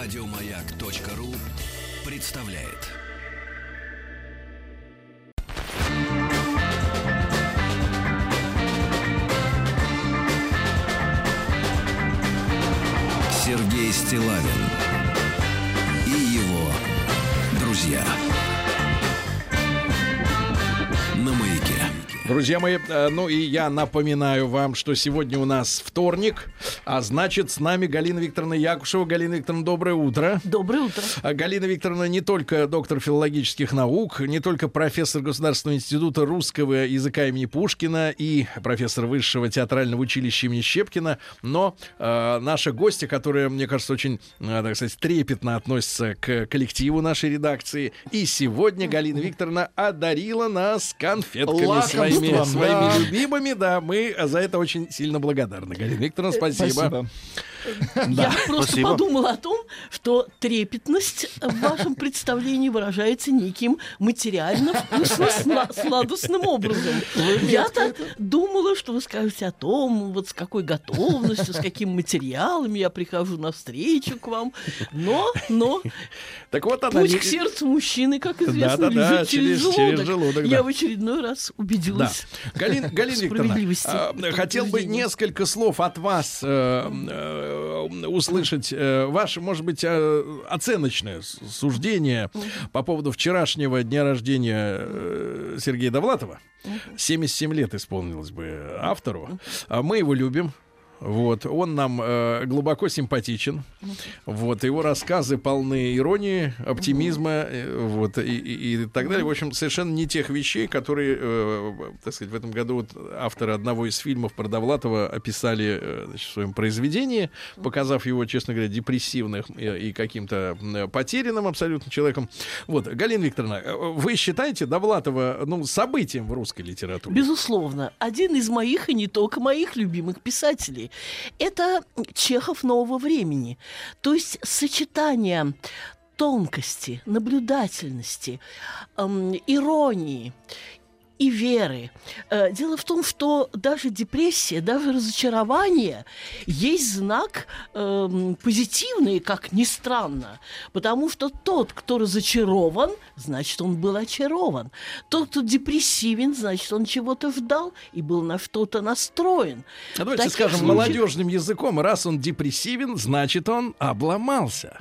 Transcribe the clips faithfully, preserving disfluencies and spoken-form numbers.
Радиомаяк.ру представляет. Сергей Стиллавин и его друзья на Маяке. Друзья мои, ну и я напоминаю вам, что сегодня у нас вторник, а значит, с нами Галина Викторовна Якушева. Галина Викторовна, доброе утро. Доброе утро. Галина Викторовна не только доктор филологических наук, не только профессор Государственного института русского языка имени Пушкина и профессор Высшего театрального училища имени Щепкина, но э, наша гостья, которая, мне кажется, очень, э, так сказать, трепетно относится к коллективу нашей редакции. И сегодня Галина Викторовна одарила нас конфетками Лакомством, своими, своими да. любимыми. Да, мы за это очень сильно благодарны. Галина Викторовна, спасибо. Спасибо. Я просто Спасибо. подумала о том, что трепетность в вашем представлении выражается неким материально-вкусно-сладостным образом. Я-то думала, что вы скажете о том, вот с какой готовностью, с какими материалами я прихожу навстречу к вам. Но, но Так вот она. путь не- к сердцу мужчины, как известно, Да-да-да, лежит через, через- желудок. через желудок, Я да. в очередной раз Да. убедилась. Галина, Галина Викторовна, Справедливости а, этого хотел бы утверждения. несколько слов от вас э, э, услышать. Э, ваше, может быть, э, оценочное с- суждение по поводу вчерашнего дня рождения э, Сергея Довлатова. семьдесят семь лет исполнилось бы автору. А мы его любим. Вот, он нам э, глубоко симпатичен. Вот, его рассказы полны иронии, оптимизма, э, вот, и, и- и так далее. В общем, совершенно не тех вещей, которые, э, так сказать, в этом году вот авторы одного из фильмов про Довлатова описали э, значит, в своем произведении, показав его, честно говоря, депрессивным и, и каким-то э, потерянным абсолютно человеком. Вот, Галина Викторовна, э, вы считаете Довлатова, ну, событием в русской литературе? Безусловно, один из моих и не только моих любимых писателей. Это Чехов нового времени. То есть сочетание тонкости, наблюдательности, эм, иронии и веры. Э, Дело в том, что даже депрессия, даже разочарование есть знак эм, позитивный, как ни странно. Потому что тот, кто разочарован, значит, он был очарован. Тот, кто депрессивен, значит, он чего-то ждал и был на что-то настроен. А давайте В таких скажем случаях- молодежным языком, раз он депрессивен, значит, он обломался.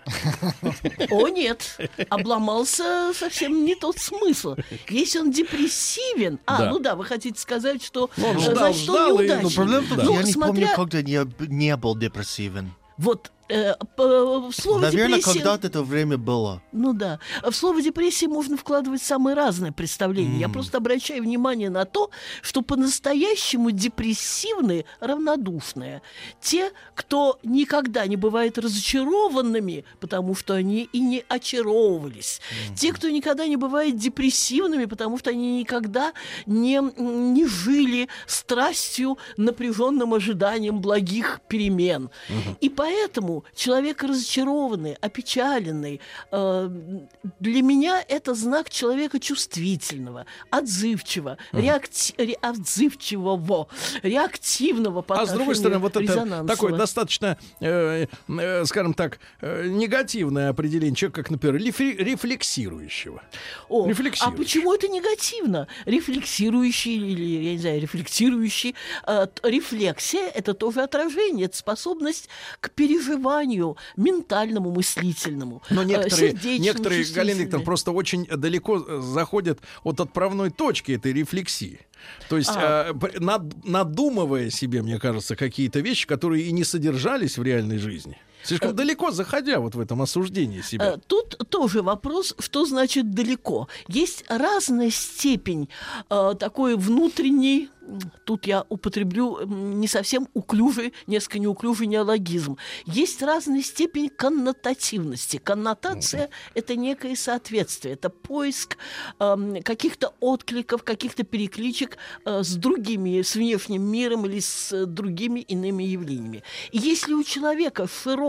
О, нет, обломался совсем не тот смысл. Если он депрессивен, а, Да. ну да, вы хотите сказать, что Ну, он э, ждал, значит, ждал, он и- неудачник. ну, Проблема в том, Да. что Ну, я не помню, смотря- когда я б- не был депрессивен. Вот э, п- в слово Наверное, депрессия... когда-то это время было. Ну да. В слово депрессия можно вкладывать самые разные представления. Я просто обращаю внимание на то, что по-настоящему депрессивные равнодушные. Те, кто никогда не бывает разочарованными, потому что они и не очаровывались. Те, кто никогда не бывает депрессивными, потому что они никогда не, м, не жили страстью, напряженным ожиданием благих перемен. И поэтому человек разочарованный, опечаленный, э, для меня это знак человека чувствительного, отзывчивого, реакти- ре- отзывчивого, реактивного по А с другой стороны, вот это резонансного. такое достаточно, э, э, скажем так, э, негативное определение человека, как, например, рефи- рефлексирующего. О, а Рефлексирующий. почему это негативно? Рефлексирующий или, я не знаю, рефлектирующий. Э, т- рефлексия — это тоже отражение, это способность к переживанию ментальному, мыслительному. Но э, некоторые, сердечному, некоторые, Галина Викторовна, чувствительному. просто очень далеко э, заходят от отправной точки этой рефлексии. То есть, А. э, п- над- надумывая себе, мне кажется, какие-то вещи, которые и не содержались в реальной жизни. Слишком далеко заходя вот в этом осуждении себя. Э, Тут тоже вопрос, что значит далеко. Есть разная степень э, такой внутренней, м, тут я употреблю м, не совсем уклюжий, несколько неуклюжий неологизм. Есть разная степень коннотативности. Коннотация — это некое соответствие, это поиск эм, каких-то откликов, каких-то перекличек э, с другими, с внешним миром или с э, другими иными явлениями. И если у человека широкая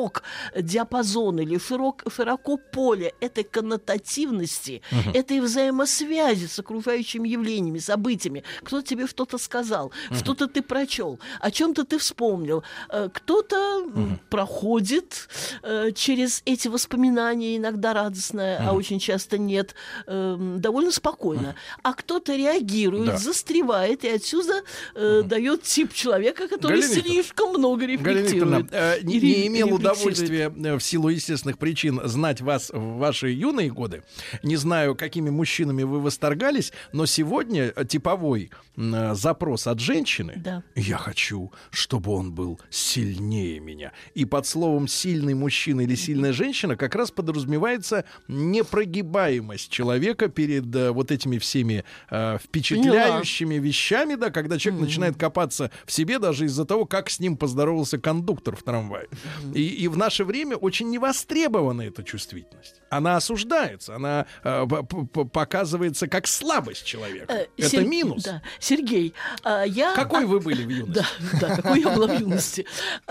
широк диапазон или широк, широко поле этой коннотативности, угу. этой взаимосвязи с окружающими явлениями, событиями. Кто-то тебе что-то сказал, угу. что-то ты прочел, о чем-то ты вспомнил. Кто-то угу. проходит э, через эти воспоминания, иногда радостно, угу. а очень часто нет, э, довольно спокойно. Угу. А кто-то реагирует, да. застревает, и отсюда э, угу. дает тип человека, который Галина слишком много рефлектирует. Э, не, не имел удовольствия в силу естественных причин знать вас в ваши юные годы. Не знаю, какими мужчинами вы восторгались, но сегодня типовой э, запрос от женщины: да. я хочу, чтобы он был сильнее меня. И под словом «сильный мужчина» или «сильная женщина» как раз подразумевается непрогибаемость человека перед э, вот этими всеми э, впечатляющими Поняла. вещами, да, когда человек mm-hmm. начинает копаться в себе даже из-за того, как с ним поздоровался кондуктор в трамвае. Mm-hmm. И, и в наше время очень невостребована эта чувствительность. Она осуждается, она э, показывается как слабость человека. Э, Это Сер... минус. Да. Сергей, э, я... Какой вы были в юности? Да, да, какой я была в юности.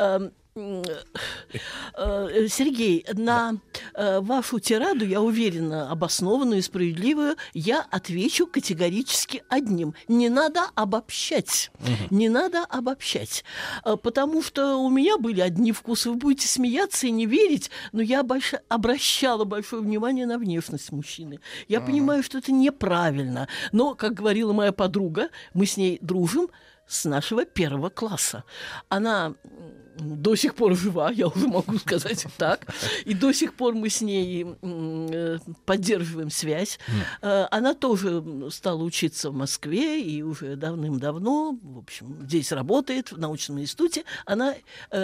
Сергей, на да. вашу тираду, я уверена, обоснованную и справедливую, я отвечу категорически одним. Не надо обобщать. Угу. Не надо обобщать. Потому что у меня были одни вкусы. Вы будете смеяться и не верить, но я больш... обращала большое внимание на внешность мужчины. Я угу. понимаю, что это неправильно. Но, как говорила моя подруга, мы с ней дружим с нашего первого класса. Она до сих пор жива, я уже могу сказать так. И до сих пор мы с ней э, поддерживаем связь. Э, она тоже стала учиться в Москве и уже давным-давно, в общем, здесь работает в научном институте. Она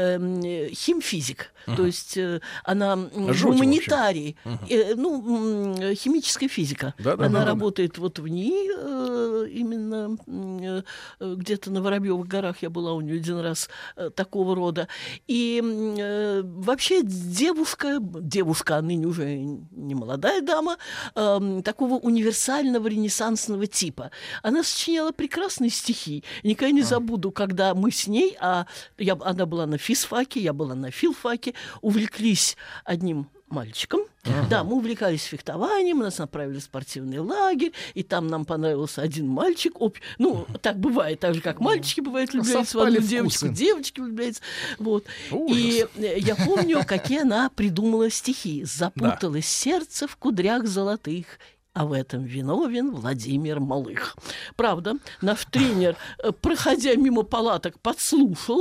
э, химфизик, uh-huh. то есть э, она Жуть, гуманитарий, uh-huh. э, ну, химическая физика. Да-да, она да, работает да. вот в ней, э, именно э, где-то на Воробьевых горах. Я была у нее один раз э, такого рода. И э, вообще девушка, девушка, а ныне уже не молодая дама, э, такого универсального ренессансного типа. Она сочиняла прекрасные стихи. Никогда не забуду, когда мы с ней, а я, она была на физфаке, я была на филфаке, увлеклись одним мальчиком. Ага. Да, мы увлекались фехтованием, нас направили в спортивный лагерь, и там нам понравился один мальчик. Оп... Ну, так бывает, так же, как мальчики бывают, влюбляются в одну девочку, девочки влюбляются. Вот. И я помню, какие она придумала стихи. «Запуталось да. сердце в кудрях золотых, а в этом виновен Владимир Малых». Правда, наш тренер, проходя мимо палаток, подслушал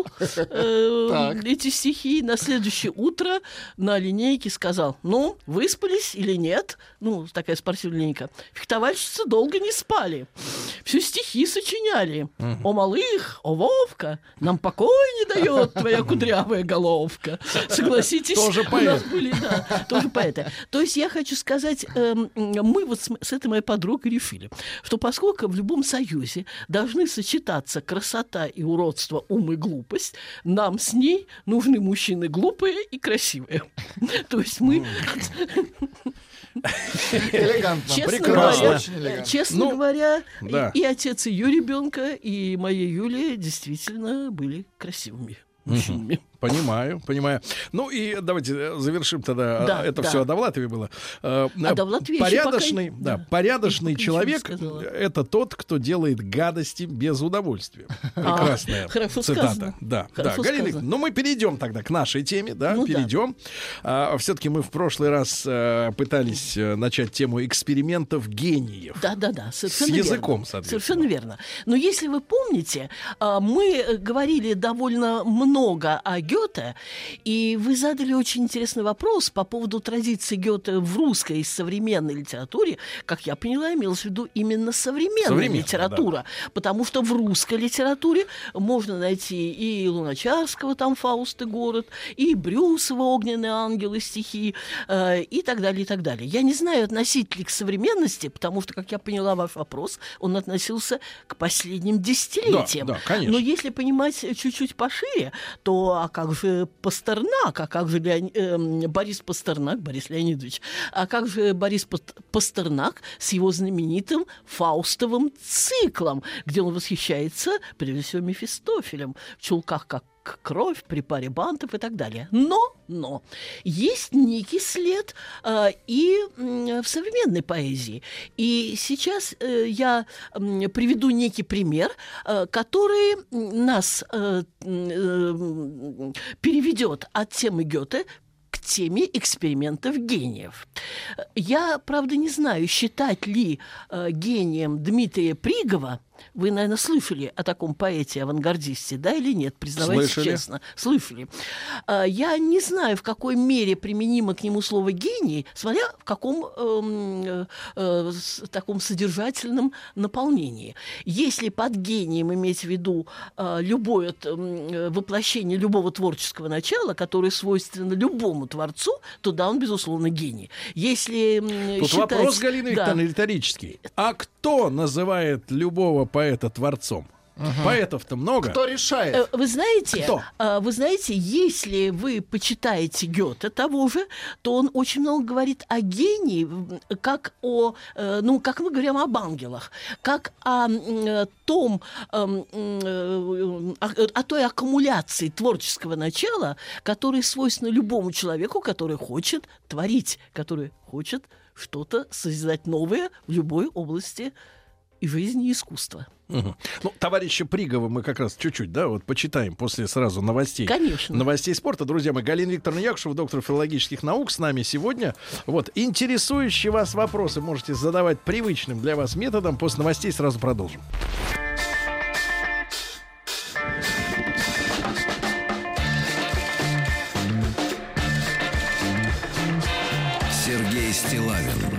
э, эти стихи. На следующее утро на линейке сказал: ну, выспались или нет? Ну, такая спортивная линейка. Фехтовальщицы долго не спали. Все стихи сочиняли. О, Малых, о, Вовка, нам покой не дает твоя кудрявая головка. Согласитесь, тоже у нас были, да, тоже поэты. То есть я хочу сказать, э, мы вот с, с этой моей подругой решили, что поскольку в любом союзе должны сочетаться красота и уродство, ум и глупость, нам с ней нужны мужчины глупые и красивые. То есть мы... Элегантно, честно прекрасно. Говоря, Очень элегантно. честно ну, говоря, да. и, и отец ее ребенка, и моя Юлия действительно были красивыми мужчинами. Понимаю, понимаю. Ну и давайте завершим тогда. Да, это да. все о Довлатове было. А Довлатов порядочный, пока... да, да. порядочный человек — это тот, кто делает гадости без удовольствия. Прекрасная а, хорошо цитата. Сказано. Да, хорошо да. Галина, ну мы перейдем тогда к нашей теме, да, ну, перейдем. Да. А, все-таки мы в прошлый раз а, пытались а, начать тему экспериментов гениев. Да, да, да, совершенно с языком, верно. соответственно. Совершенно верно. Но если вы помните, мы говорили довольно много о Гёте, и вы задали очень интересный вопрос по поводу традиции Гёте в русской современной литературе. Как я поняла, имелось в виду именно современная, современная литература, да. Потому что в русской литературе можно найти и Луначарского, там «Фауст и город», и Брюсова «Огненные ангелы», стихи, э, и так далее, и так далее. Я не знаю, относительно к современности, потому что, как я поняла ваш вопрос, он относился к последним десятилетиям. Да, да, конечно. Но если понимать чуть-чуть пошире, то а как же Пастернак, а как же Леон... э, Борис Пастернак, Борис Леонидович, а как же Борис Пастернак с его знаменитым Фаустовым циклом, где он восхищается, прежде всего, Мефистофелем в чулках, как как кровь при паре бантов и так далее. Но, но есть некий след э, и э, в современной поэзии. И сейчас э, я э, приведу некий пример, э, который нас э, э, переведет от темы Гёте к теме экспериментов гениев. Я, правда, не знаю, считать ли э, гением Дмитрия Пригова. Вы, наверное, слышали о таком поэте-авангардисте, да, или нет? Признавайтесь Слышали. честно. Слышали. А, я не знаю, в какой мере применимо к нему слово «гений», смотря в каком эм, э, с, таком содержательном наполнении. Если под гением иметь в виду э, любое э, воплощение любого творческого начала, которое свойственно любому творцу, то да, он, безусловно, гений. Если э, Тут считать... вопрос, Галина да. Викторовна, риторический. А кто называет любого поэта творцом? Поэтов-то много. Кто решает? Э, Вы знаете, Кто? э, вы знаете, если вы почитаете Гёте того же, то он очень много говорит о гении, э, как о, э, ну, как мы говорим об ангелах, как о э, том, э, э, о, о той аккумуляции творческого начала, которая свойственна любому человеку, который хочет творить, который хочет что-то создать новое в любой области и жизни, и искусства. Угу. Ну, товарища Пригова мы как раз чуть-чуть, да, вот почитаем после сразу новостей. Конечно. Новостей спорта. Друзья мои, Галина Викторовна Якушева, доктор филологических наук, с нами сегодня. Вот, интересующие вас вопросы можете задавать привычным для вас методом. После новостей сразу продолжим. Сергей Стиллавин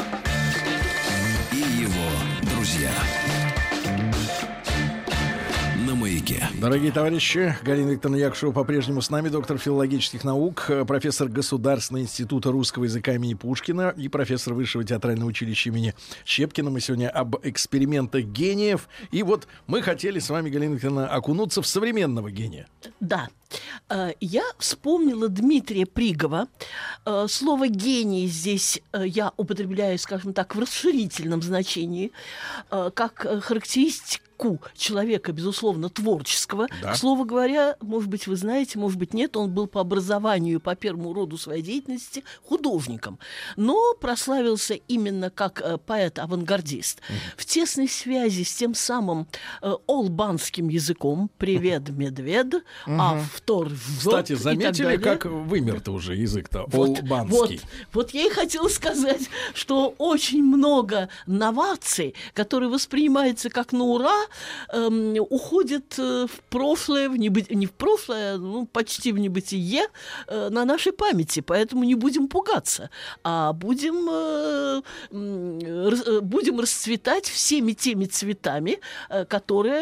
и его друзья. На маяке. Дорогие товарищи, Галина Викторовна Якушева по-прежнему с нами, доктор филологических наук, э, профессор Государственного института русского языка имени Пушкина и профессор Высшего театрального училища имени Щепкина. Мы сегодня об экспериментах гениев. И вот мы хотели с вами, Галина Викторовна, окунуться в современного гения. Да. Э, Я вспомнила Дмитрия Пригова. Э, Слово «гений» здесь э, я употребляю, скажем так, в расширительном значении, э, как э, характеристику человека, безусловно, творческого. Да. К слову говоря, может быть, вы знаете, может быть, нет, он был по образованию, по первому роду своей деятельности художником, но прославился именно как э, поэт-авангардист. Mm. В тесной связи с тем самым э, олбанским языком «Привет, медведь», а втор Кстати, заметили, как вымер-то уже язык-то вот, олбанский? Вот, вот я и хотела сказать, что очень много новаций, которые воспринимаются как на ура, эм, уходят э, в прошлое, в небы... не в прошлое, ну, почти в небытие э, на нашей памяти. Поэтому не будем пугаться, а будем, э, э, будем расцветать всеми теми цветами, э, которые...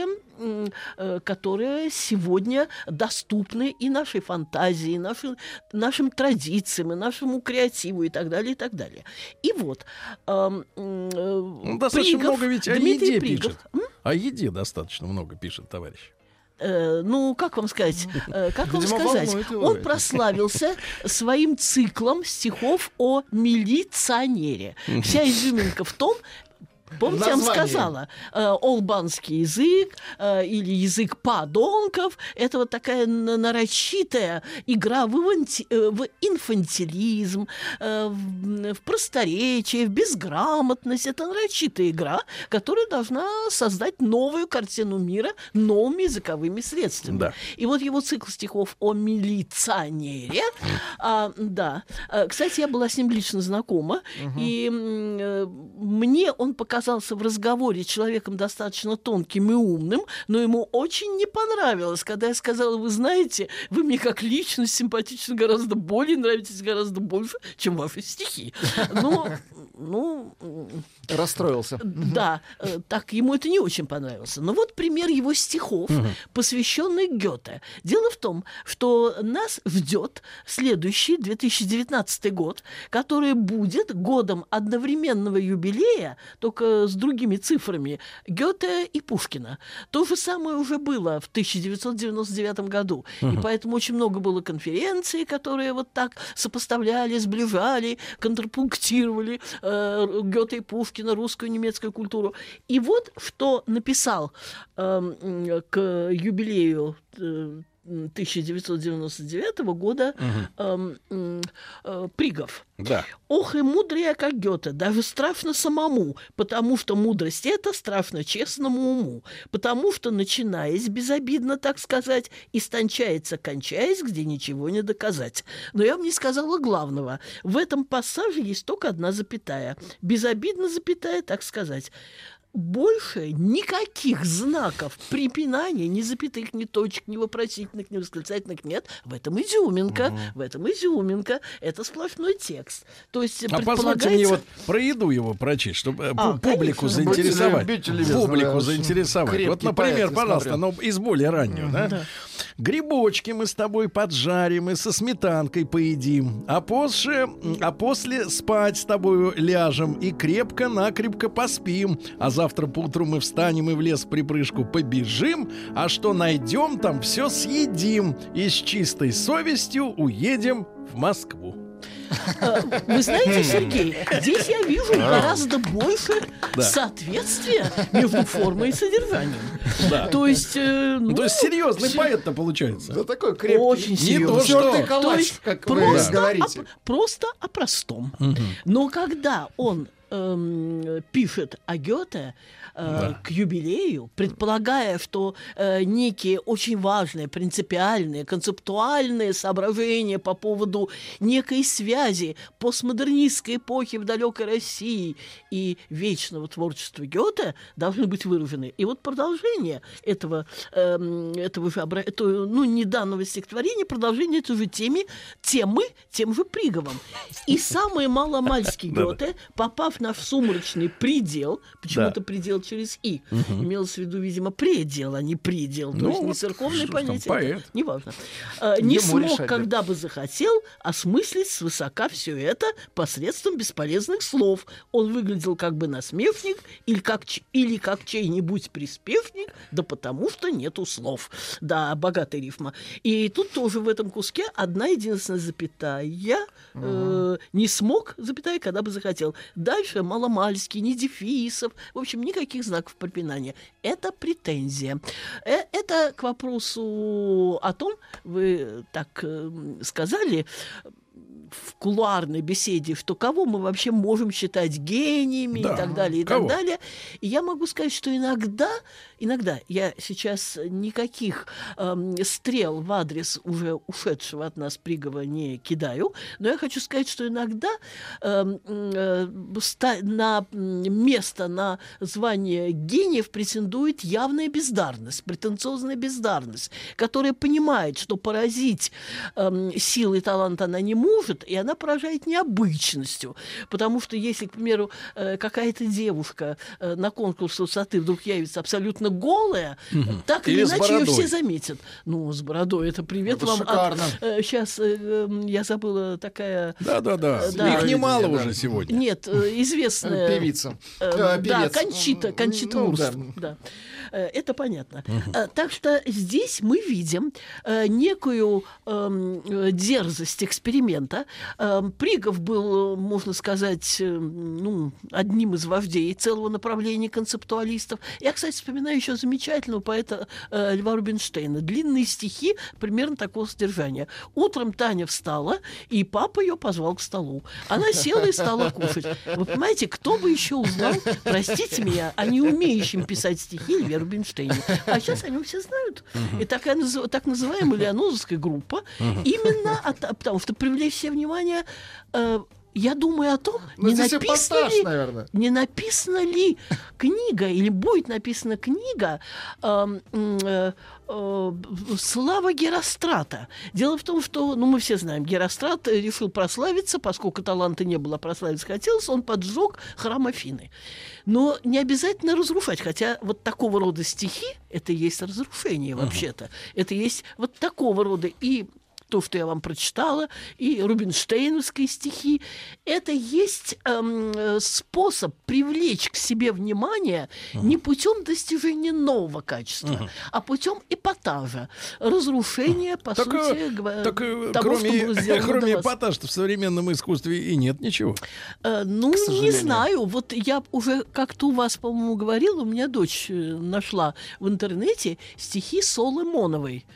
которые сегодня доступны и нашей фантазии, и нашим, нашим традициям, и нашему креативу, и так далее, и так далее. И вот... Э, э, Ну, достаточно Пригов, много ведь о Дмитрий еде Пригов. пишет. О еде достаточно много пишет, товарищ. Э, ну, как вам сказать? Э, как вам Видимо, сказать? волнует его Он это. прославился своим циклом стихов о милиционере. Вся изюминка в том... Помните, я вам Название. сказала, э, олбанский язык э, или язык подонков — это вот такая н- нарочитая игра в, инфанти- э, в инфантилизм, э, в, в просторечие, в безграмотность. Это нарочитая игра, которая должна создать новую картину мира новыми языковыми средствами. Да. И вот его цикл стихов о милиционере, а, да. А, кстати, я была с ним лично знакома, и м, э, мне он показался в разговоре человеком достаточно тонким и умным, но ему очень не понравилось, когда я сказала: вы знаете, вы мне как личность симпатичны гораздо более, нравитесь гораздо больше, чем ваши стихи. Ну, ну... Расстроился. Да, э, так ему это не очень понравилось. Но вот пример его стихов, посвященный Гёте. Дело в том, что нас ждет следующий две тысячи девятнадцатый год, который будет годом одновременного юбилея, только с другими цифрами, Гёте и Пушкина. То же самое уже было в тысяча девятьсот девяносто девятом году. И поэтому очень много было конференций, которые вот так сопоставляли, сближали, контрапунктировали э, Гёте и Пушкина, русскую и немецкую культуру. И вот что написал э, к юбилею э, тысяча девятьсот девяносто девятого года Угу. э, э, э, Пригов. Да. «Ох и мудрый я, как Гёте, даже страшно самому, потому что мудрость эта страшна честному уму, потому что, начинаясь безобидно, так сказать, истончается, кончаясь, где ничего не доказать». Но я вам не сказала главного. В этом пассаже есть только одна запятая. Безобидно, запятая, так сказать. Больше никаких знаков препинания, ни запятых, ни точек, ни вопросительных, ни восклицательных нет. В этом изюминка. Угу. В этом изюминка. Это сплошной текст. То есть, а позвольте мне вот про еду его прочесть, чтобы а, публику конечно. заинтересовать. Будьте любезны, публику да, заинтересовать. Вот, например, пожалуйста, но из более раннего. Да? Да. Грибочки мы с тобой поджарим и со сметанкой поедим, а после, а после спать с тобою ляжем и крепко-накрепко поспим, а завтра поутру мы встанем и в лес в припрыжку побежим, а что найдем, там все съедим и с чистой совестью уедем в Москву. Вы знаете, Сергей, здесь я вижу гораздо больше да. соответствия между формой и содержанием. Да. То есть, э, ну, то есть серьезный поэт-то получается. Да такой крепкий. Очень серьезный. Тёртый калач, как просто вы говорите. О, просто о простом. Угу. Но когда он эм, пишет о Гёте, Да. к юбилею, предполагая, что э, некие очень важные, принципиальные, концептуальные соображения по поводу некой связи постмодернистской эпохи в далекой России и вечного творчества Гёте должны быть выражены. И вот продолжение этого, э, этого же, этого, ну, не данного стихотворения, продолжение этой же темы, темы тем же Приговом. И самый маломальский Гёте, попав на сумрачный предел, почему-то предел через «и». Угу. Имелось в виду, видимо, предел, а не предел. Ну, то есть не церковное понятие. Неважно. А, не смог, решать, когда да. бы захотел, осмыслить свысока все это посредством бесполезных слов. Он выглядел как бы насмешник или как, или как чей-нибудь приспешник, да потому что нету слов. Да, богатая рифма. И тут тоже в этом куске одна единственная запятая. Угу. Э, не смог, запятая, когда бы захотел. Дальше маломальский, ни дефисов. В общем, никаких знаков препинания. Это претензия. Это к вопросу о том, вы так сказали в кулуарной беседе, что кого мы вообще можем считать гениями, да, и так далее, и кого? так далее. И я могу сказать, что иногда, иногда я сейчас никаких эм, стрел в адрес уже ушедшего от нас Пригова не кидаю, но я хочу сказать, что иногда эм, э, ста- на место, на звание гениев претендует явная бездарность, претенциозная бездарность, которая понимает, что поразить эм, силой и талант она не может, и она поражает необычностью. Потому что если, к примеру, какая-то девушка на конкурсе высоты вдруг явится абсолютно голая, угу. так или, или иначе ее все заметят. Ну, с бородой это привет это вам. Шикарно. От, сейчас я забыла такая... Да-да-да. да. Их немало да. уже сегодня. Нет, известная... Певица. Э, да, Кончита, Кончита ну, Вурст. Да. Да. Это понятно. Uh-huh. Так что здесь мы видим э, некую э, дерзость эксперимента. Э, Пригов был, можно сказать, э, ну, одним из вождей целого направления концептуалистов. Я, кстати, вспоминаю еще замечательного поэта э, Льва Рубинштейна. Длинные стихи примерно такого содержания. Утром Таня встала, и папа ее позвал к столу. Она села и стала кушать. Вы понимаете, кто бы еще узнал, простите меня, о неумеющем писать стихи Льве Рубинштейне. А сейчас о нем все знают. Uh-huh. И такая так называемая леонозовская группа uh-huh. именно от, потому что привлечь все внимание... Э, я думаю о том, не написано, ли, не написана ли книга, или будет написана книга э, э, э, «Слава Герострата». Дело в том, что, ну, мы все знаем, Герострат решил прославиться, поскольку таланта не было, прославиться хотелось, он поджег храм Афины. Но не обязательно разрушать, хотя вот такого рода стихи, это и есть разрушение вообще-то. Uh-huh. Это есть вот такого рода и... то, что я вам прочитала, и рубинштейновские стихи, это есть эм, способ привлечь к себе внимание uh-huh. не путем достижения нового качества, uh-huh. а путем эпатажа, разрушения, uh-huh. по так, сути, гва- так, того, кроме, что было сделано кроме эпатажа в современном искусстве и нет ничего. Э, ну, не знаю. Вот я уже как-то у вас, по-моему, говорила, у меня дочь нашла в интернете стихи Солы Моновой.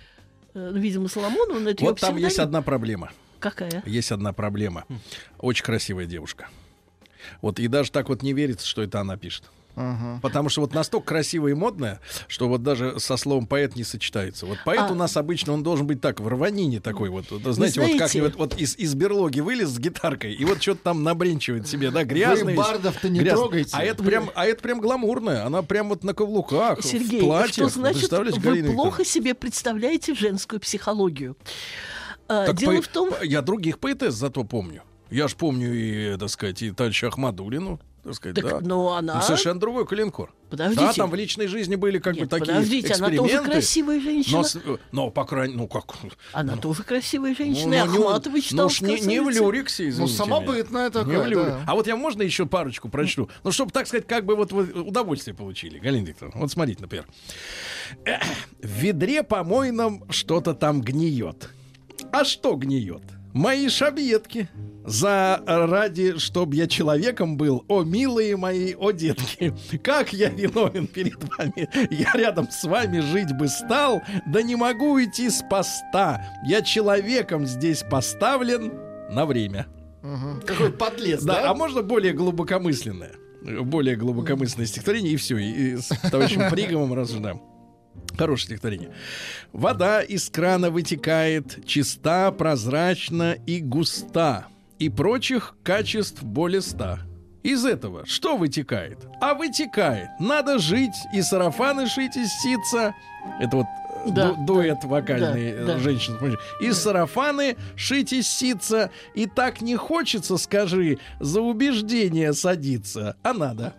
Э, видимо, Соломонова, но это Вот её там есть псевдоним. одна проблема. Какая? Есть одна проблема. Очень красивая девушка. Вот и даже так вот не верится, что это она пишет. Ага. Потому что вот настолько красивая и модная, что вот даже со словом поэт не сочетается. Вот поэт А. у нас обычно, он должен быть так, в рванине такой вот. Вот, знаете, вот знаете- как вот, вот из, из берлоги вылез с гитаркой и вот что-то там набренчивает себе, да, грязный. Вы бардов-то не грязный. трогайте. А это прям, а это прям гламурная. Она прям вот на каблуках, Сергей, в платьях. что значит, Представляете, вы Галина плохо Викторовна? себе представляете женскую психологию? А, Так Дело по- в том... Я других поэтесс зато помню. Я ж помню и, так сказать, и товарища Ахмадулину, так сказать, Так, да. но она... Ну, совершенно другой калинкор. Подождите. Да, там в личной жизни были как Нет, бы такие подождите, она эксперименты. тоже красивая женщина. Но, с- но, по крайней ну как... Она ну, тоже красивая ну, женщина. и ну, не- Ахматова читала ну, уж не, не в красавицы. люриксе, извините Ну, меня. самобытная Не в такая, люрик. да. А вот я можно еще парочку прочту? Ну, чтобы, так сказать, как бы вот вы удовольствие получили, Галина Викторовна. Вот смотрите, например. Эх, в ведре помойном что-то там гниет. А что гниет? Мои шабьетки. За ради, чтоб я человеком был, о, милые мои, о, детки, как я виновен перед вами. Я рядом с вами жить бы стал, да не могу уйти с поста. Я человеком здесь поставлен на время. Ага. Какой подлец, Да, да? а можно более глубокомысленное? Более глубокомысленное стихотворение, и все. И, и с товарищем Пригомом рассуждаем. Хорошее стихотворение. Вода из крана вытекает, чиста, прозрачна и густа, и прочих качеств более ста. Из этого что вытекает? А вытекает. Надо жить и сарафаны шить из ситца. Это вот э, Да, ду- дуэт вокальный да, да. женщин. И сарафаны шить из ситца. И так не хочется, скажи, за убеждение садиться. А надо.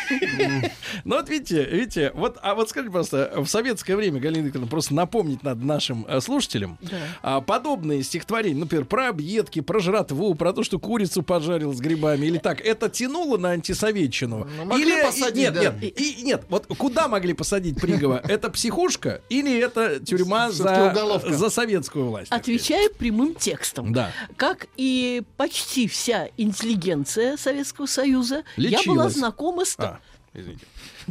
Ну вот видите, видите, вот, а вот скажите просто, в советское время, Галина Викторовна, просто напомнить надо нашим э, слушателям, Да. а, подобные стихотворения, например, про объедки, про жратву, про то, что курицу пожарил с грибами, или так, это тянуло на антисоветчину? Ну, могли или, посадить, и, нет, да. нет, и, нет, вот куда могли посадить Пригова? Это психушка или это тюрьма Всё-таки за, уголовка. за советскую власть? Отвечаю прямым текстом. Да. Как и почти вся интеллигенция Советского Союза, я была Лечилась. знакома с... А, извините.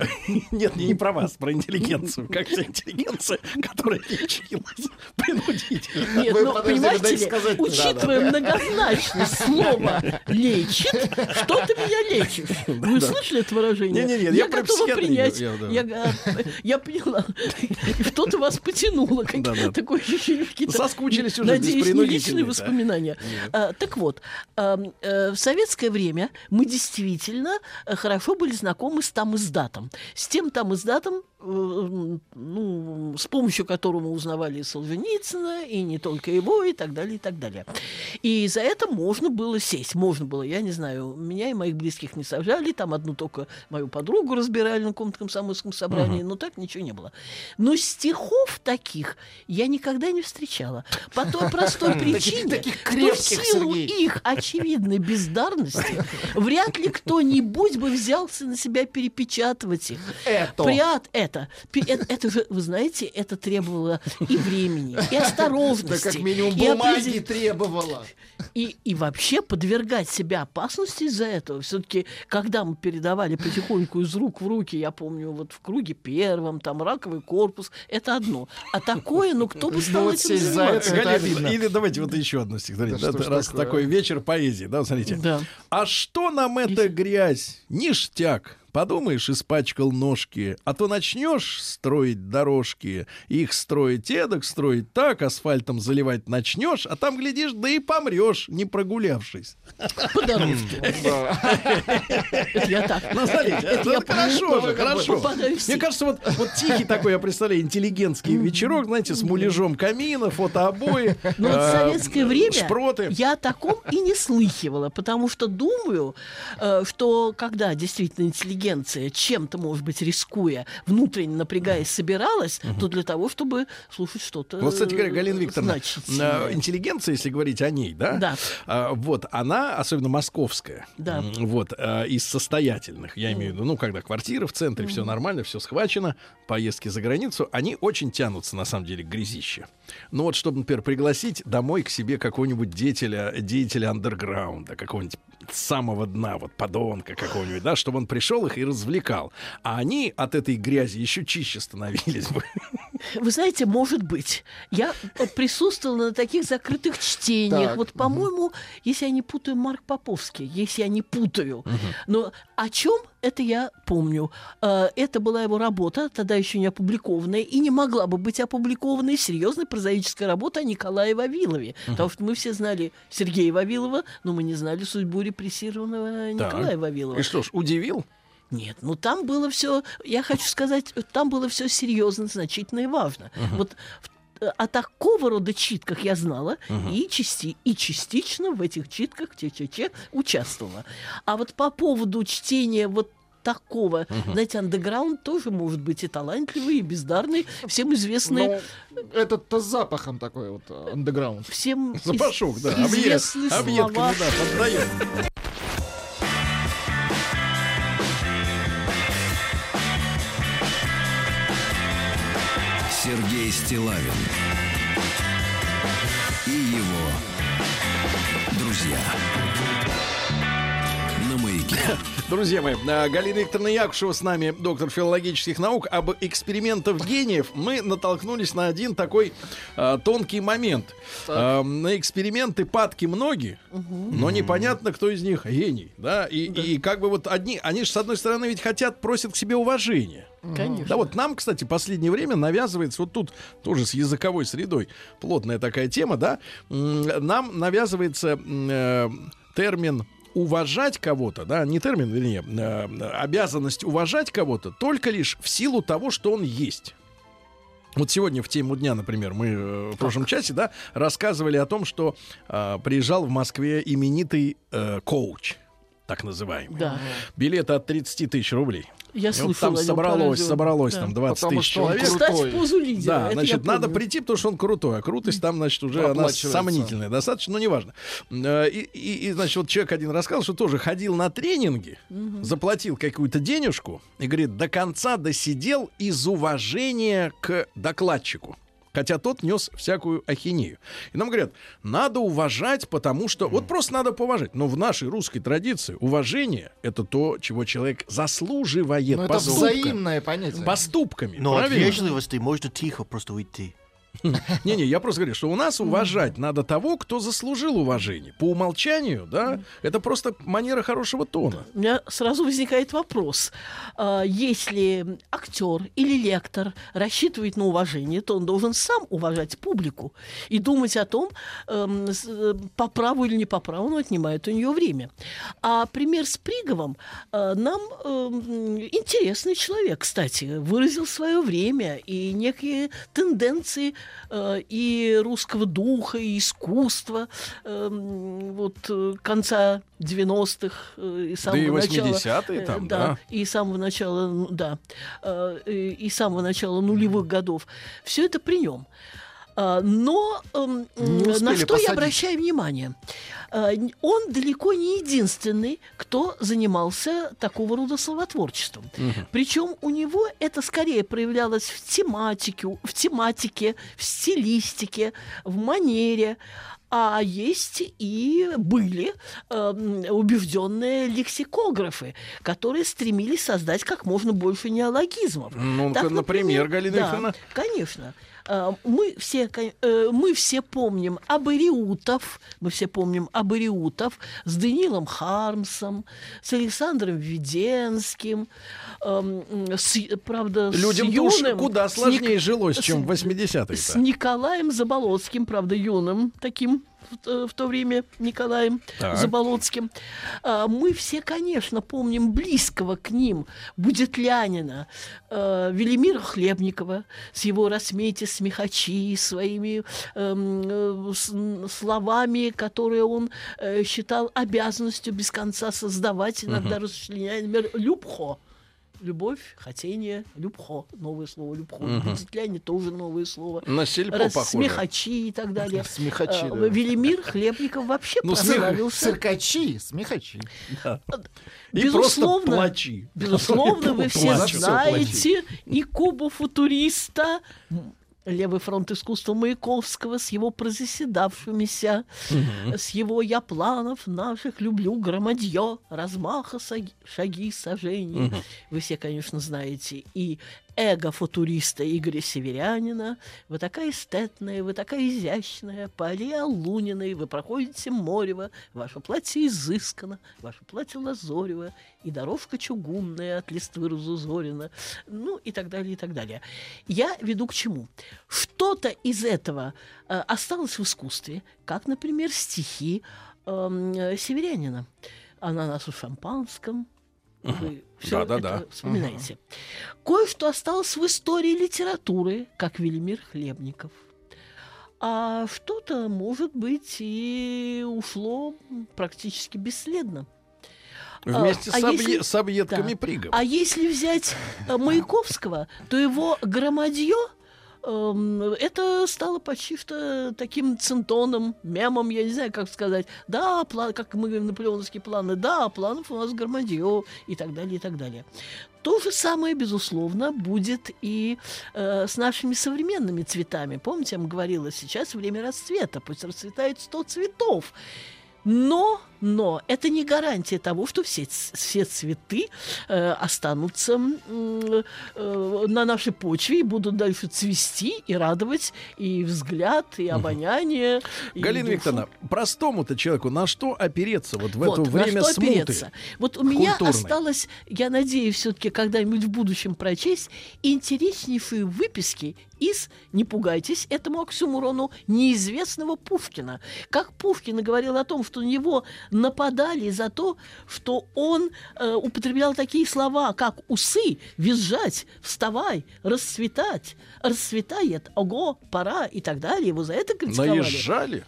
Нет, не про вас, про интеллигенцию. Как вся интеллигенция, которая лечилась принудительно. Нет, Вы ну, подождите, понимаете дайте ли, сказать. учитывая многозначность слова «лечит», что ты меня лечишь? Вы слышали это выражение? Не-не-не, я я про готова психиатрию, принять. я, да. Я, а, я поняла. Что-то вас потянуло. как- Да-да. Такое ощущение, какие-то, Соскучились уже без надеюсь, не принудительной, личные да. воспоминания. А, так вот, а, э, в советское время мы действительно э, хорошо были знакомы с там издатом. С тем там издатом, э, ну, с помощью которого мы узнавали и Солженицына, и не только его, и так далее, и так далее. И за это можно было сесть. Можно было, я не знаю, меня и моих близких не сажали, там одну только мою подругу разбирали на каком-то комсомольском собрании, но так ничего не было. Но стихов таких я никогда не встречала. По той простой причине, таких что в крепких, силу Сергей. их очевидной бездарности вряд ли кто-нибудь бы взялся на себя перепечатывать их. Это. Прият это. Пи- Это, это же, вы знаете, это требовало и времени, и осторожности. Да как минимум и бумаги определ- требовала. и, и вообще подвергать себя опасности из-за этого. Все-таки, когда мы передавали потихоньку из рук в руки, я помню, вот в круге первом, там раковый корпус, это одно. А такое, ну кто бы Ну, стал вот этим сесть за заниматься? это, Галина, обидно. или давайте вот еще одно стихотворение. Да Да, что ж раз такое, такой а? вечер поэзии, да, смотрите. Да. А что нам эта грязь? Ништяк. Подумаешь, испачкал ножки, а то начнешь строить дорожки, их строить эдак, строить так, асфальтом заливать начнешь, а там, глядишь, да и помрешь, не прогулявшись. По дорожке. Это я так. Ну, смотрите, Это ну, я хорошо же, хорошо. попадаю в стиль. Мне кажется, вот, вот тихий такой, я представляю, интеллигентский вечерок, знаете, с муляжом камина, фотообои, Но вот в э, советское время шпроты. я о таком и не слыхивала, потому что думаю, э, что когда действительно интеллигенция чем-то, может быть, рискуя, внутренне напрягаясь, собиралась, то для того, чтобы слушать что-то Вот, кстати говоря, Галина э, Викторовна, значительное. э, интеллигенция, если говорить о ней, да, Да. А, вот, она, особенно московская, Да. м, вот, э, из состоятельных, я имею в виду, ну, когда квартира в центре, все нормально, все схвачено, поездки за границу, они очень тянутся, на самом деле, к грязище. Ну, вот, чтобы, например, пригласить домой к себе какого-нибудь деятеля, деятеля андерграунда, какого-нибудь самого дна, вот, подонка какого-нибудь, да, чтобы он пришел их и развлекал. А они от этой грязи еще чище становились бы. Вы знаете, может быть. Я присутствовала на таких закрытых чтениях. Так, Вот, по-моему, если я не путаю, Марк Поповский, если я не путаю. Но о чем это я помню. Э, Это была его работа, тогда еще не опубликованная, и не могла бы быть опубликованной серьезной прозаическая работа о Николае Вавилове. Потому что мы все знали Сергея Вавилова, но мы не знали судьбу репрессированного Николая Так. Вавилова. И что ж, удивил? Нет, ну там было все, я хочу сказать, там было все серьезно, значительно и важно. Вот в- о такого рода читках я знала и, части, и частично в этих читках ЧЧЧ участвовала. А вот по поводу чтения вот такого, знаете, андеграунд тоже может быть и талантливый, и бездарный, всем известный, Ну, этот-то с запахом такой вот э, андеграунд. всем из- Запашок, да. Объект, известны объедками, слова. да, поддает. Сергей Стиллавин и его друзья на Маяке. Друзья мои, а, Галина Викторовна Якушева с нами, доктор филологических наук. Об экспериментах гениев мы натолкнулись на один такой а, тонкий момент. А, на эксперименты падки многие, но непонятно, кто из них гений. Да? И, и как бы вот одни, они же, с одной стороны, ведь хотят, просят к себе уважения. Конечно. Да вот нам, кстати, последнее время навязывается, вот тут тоже с языковой средой плотная такая тема, да, м, нам навязывается м, э, термин уважать кого-то, да, не термин, вернее, э, обязанность уважать кого-то только лишь в силу того, что он есть. Вот сегодня в тему дня, например, мы э, в прошлом часе, да, рассказывали о том, что э, приезжал в Москве именитый э, коуч, так называемый. Да. Билеты от тридцати тысяч рублей. Я И вот слышала там о нем по собралось, радио. собралось Да. там двадцать Потому тысяч что он человек. крутой. Кстати, в позу лидера. Да, это значит, я надо помню. прийти, потому что он крутой. А крутость там, значит, уже она Оплачивается. сомнительная достаточно, но неважно. Э, И, и, и, значит, вот человек один рассказал, что тоже ходил на тренинги, заплатил какую-то денежку и, говорит, до конца досидел из уважения к докладчику. Хотя тот нес всякую ахинею. И нам говорят, надо уважать, потому что... Вот просто надо поуважать. Но в нашей русской традиции уважение — это то, чего человек заслуживает Ну, это поступками. взаимное понятие. Поступками. Но от правильно? вежливости можно тихо просто уйти. Не-не, я просто говорю, что у нас уважать надо того, кто заслужил уважение. По умолчанию, да, это просто манера хорошего тона. У меня сразу возникает вопрос. А, Если актер или лектор рассчитывает на уважение, то он должен сам уважать публику и думать о том, эм, с- э, по праву или не по праву он отнимает у нее время. А пример с Приговом э, нам эм, интересный человек, кстати, выразил свое время и некие тенденции э, и русского духа, и искусства эм, вот, э, конца девяностых э, и самого и начала. восьмидесятые э, там, да, да. и самого начала, ну, да, э, и, и самого начала нулевых годов. Все это при нем. А, Но эм, Не на успели что я посадить. обращаю внимание? А, н- Он далеко не единственный, кто занимался такого рода словотворчеством. Причем у него это скорее проявлялось в тематике, в тематике, в стилистике, в манере. А есть и были эм, убежденные лексикографы, которые стремились создать как можно больше неологизмов. Ну, Так, например, Галина да, Викторовна. конечно. А, Мы все, кон- э, мы все помним Абариутов, мы все помним Абариутов с Даниилом Хармсом, с Александром Веденским, эм, с, правда, Людям с уж юным, куда с сложнее Ник- жилось, чем с- в восьмидесятые. с Николаем Заболоцким, правда, юным таким в, э, в то время Николаем Так. Заболоцким. А, Мы все, конечно, помним близкого к ним Будетлянина, э, Велимира Хлебникова с его «Рассмейте смехачи», своими эм, э, с- словами, которые он э, считал обязанностью без конца создавать, иногда расчленяя, например, «любхо». Любовь, хотение, любхо. Новое слово любхо. Будетляне тоже новое слово. На сельпо похоже. Смехачи и так далее. Смехачи, А, да. Велимир Хлебников вообще Ну, смех- прославился. Циркачи, смехачи. И Безусловно, просто плачи. Безусловно, вы все Плачу. знаете и кубофутуриста, м, левый фронт искусства Маяковского с его прозаседавшимися, угу. с его «Я планов наших люблю громадье, размаха саги, шаги сажений». Угу. Вы все, конечно, знаете. И эго-футуриста Игоря Северянина. Вы такая эстетная, вы такая изящная, по аллее Луниной вы проходите Морево, ваше платье изысканно, ваше платье лазорево, и дорожка чугунная от листвы Разузорина, ну и так далее, и так далее. Я веду к чему? Что-то из этого э, осталось в искусстве, как, например, стихи э, Северянина. «Ананас в шампанском». Вы все да, это да, да. вспоминаете. Угу. Кое-что осталось в истории литературы, как Велимир Хлебников. А что-то, может быть, и ушло практически бесследно. Вместе а, с, а объ... если... с объедками да. Пригова. А если взять Маяковского, то его громадье это стало почти что таким центоном, мемом, я не знаю, как сказать. Да, план, как мы говорим, наполеоновские планы, да, планов у нас громадье, и так далее, и так далее. То же самое, безусловно, будет и э, с нашими современными цветами. Помните, я вам говорила, сейчас время расцвета, пусть расцветает сто цветов. Но, но это не гарантия того, что все, все цветы э, останутся э, э, на нашей почве и будут дальше цвести и радовать и взгляд, и обоняние. И Галина душу. Викторовна, простому-то человеку на что опереться вот в вот, это время на что смуты? Опереться? Вот у меня культурной. осталось, я надеюсь, все-таки когда-нибудь в будущем прочесть интереснейшие выписки из, не пугайтесь этому оксюморону, неизвестного Пушкина. Как Пушкин говорил о том, что на него нападали за то, что он э, употреблял такие слова, как «усы», «визжать», «вставай», «расцветать», «расцветает», «ого», «пора» и так далее. Его за это критиковали. Наезжали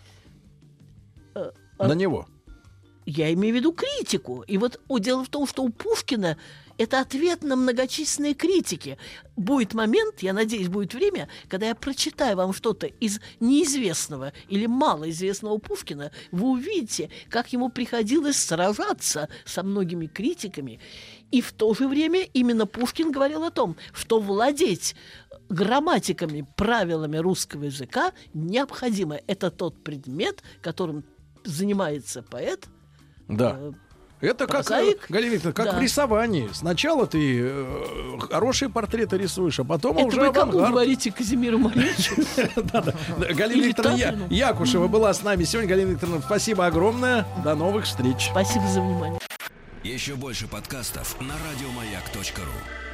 э, на него? Я имею в виду критику. И вот о, дело в том, что у Пушкина это ответ на многочисленные критики. Будет момент, я надеюсь, будет время, когда я прочитаю вам что-то из неизвестного или малоизвестного Пушкина, вы увидите, как ему приходилось сражаться со многими критиками. И в то же время именно Пушкин говорил о том, что владеть грамматиками, правилами русского языка необходимо. Это тот предмет, которым занимается поэт. Да. Э, Это как, прозаик. Галина Викторовна, как Да. в рисовании. Сначала ты э, хорошие портреты рисуешь, а потом Это уже вы кому авангард. говорите, Казимиру Марьевичу? Да-да. Галина Или Викторовна Я- Тафину. Якушева была с нами сегодня. Галина Викторовна, спасибо огромное. До новых встреч. Спасибо за внимание. Еще больше подкастов на радиомаяк точка ру.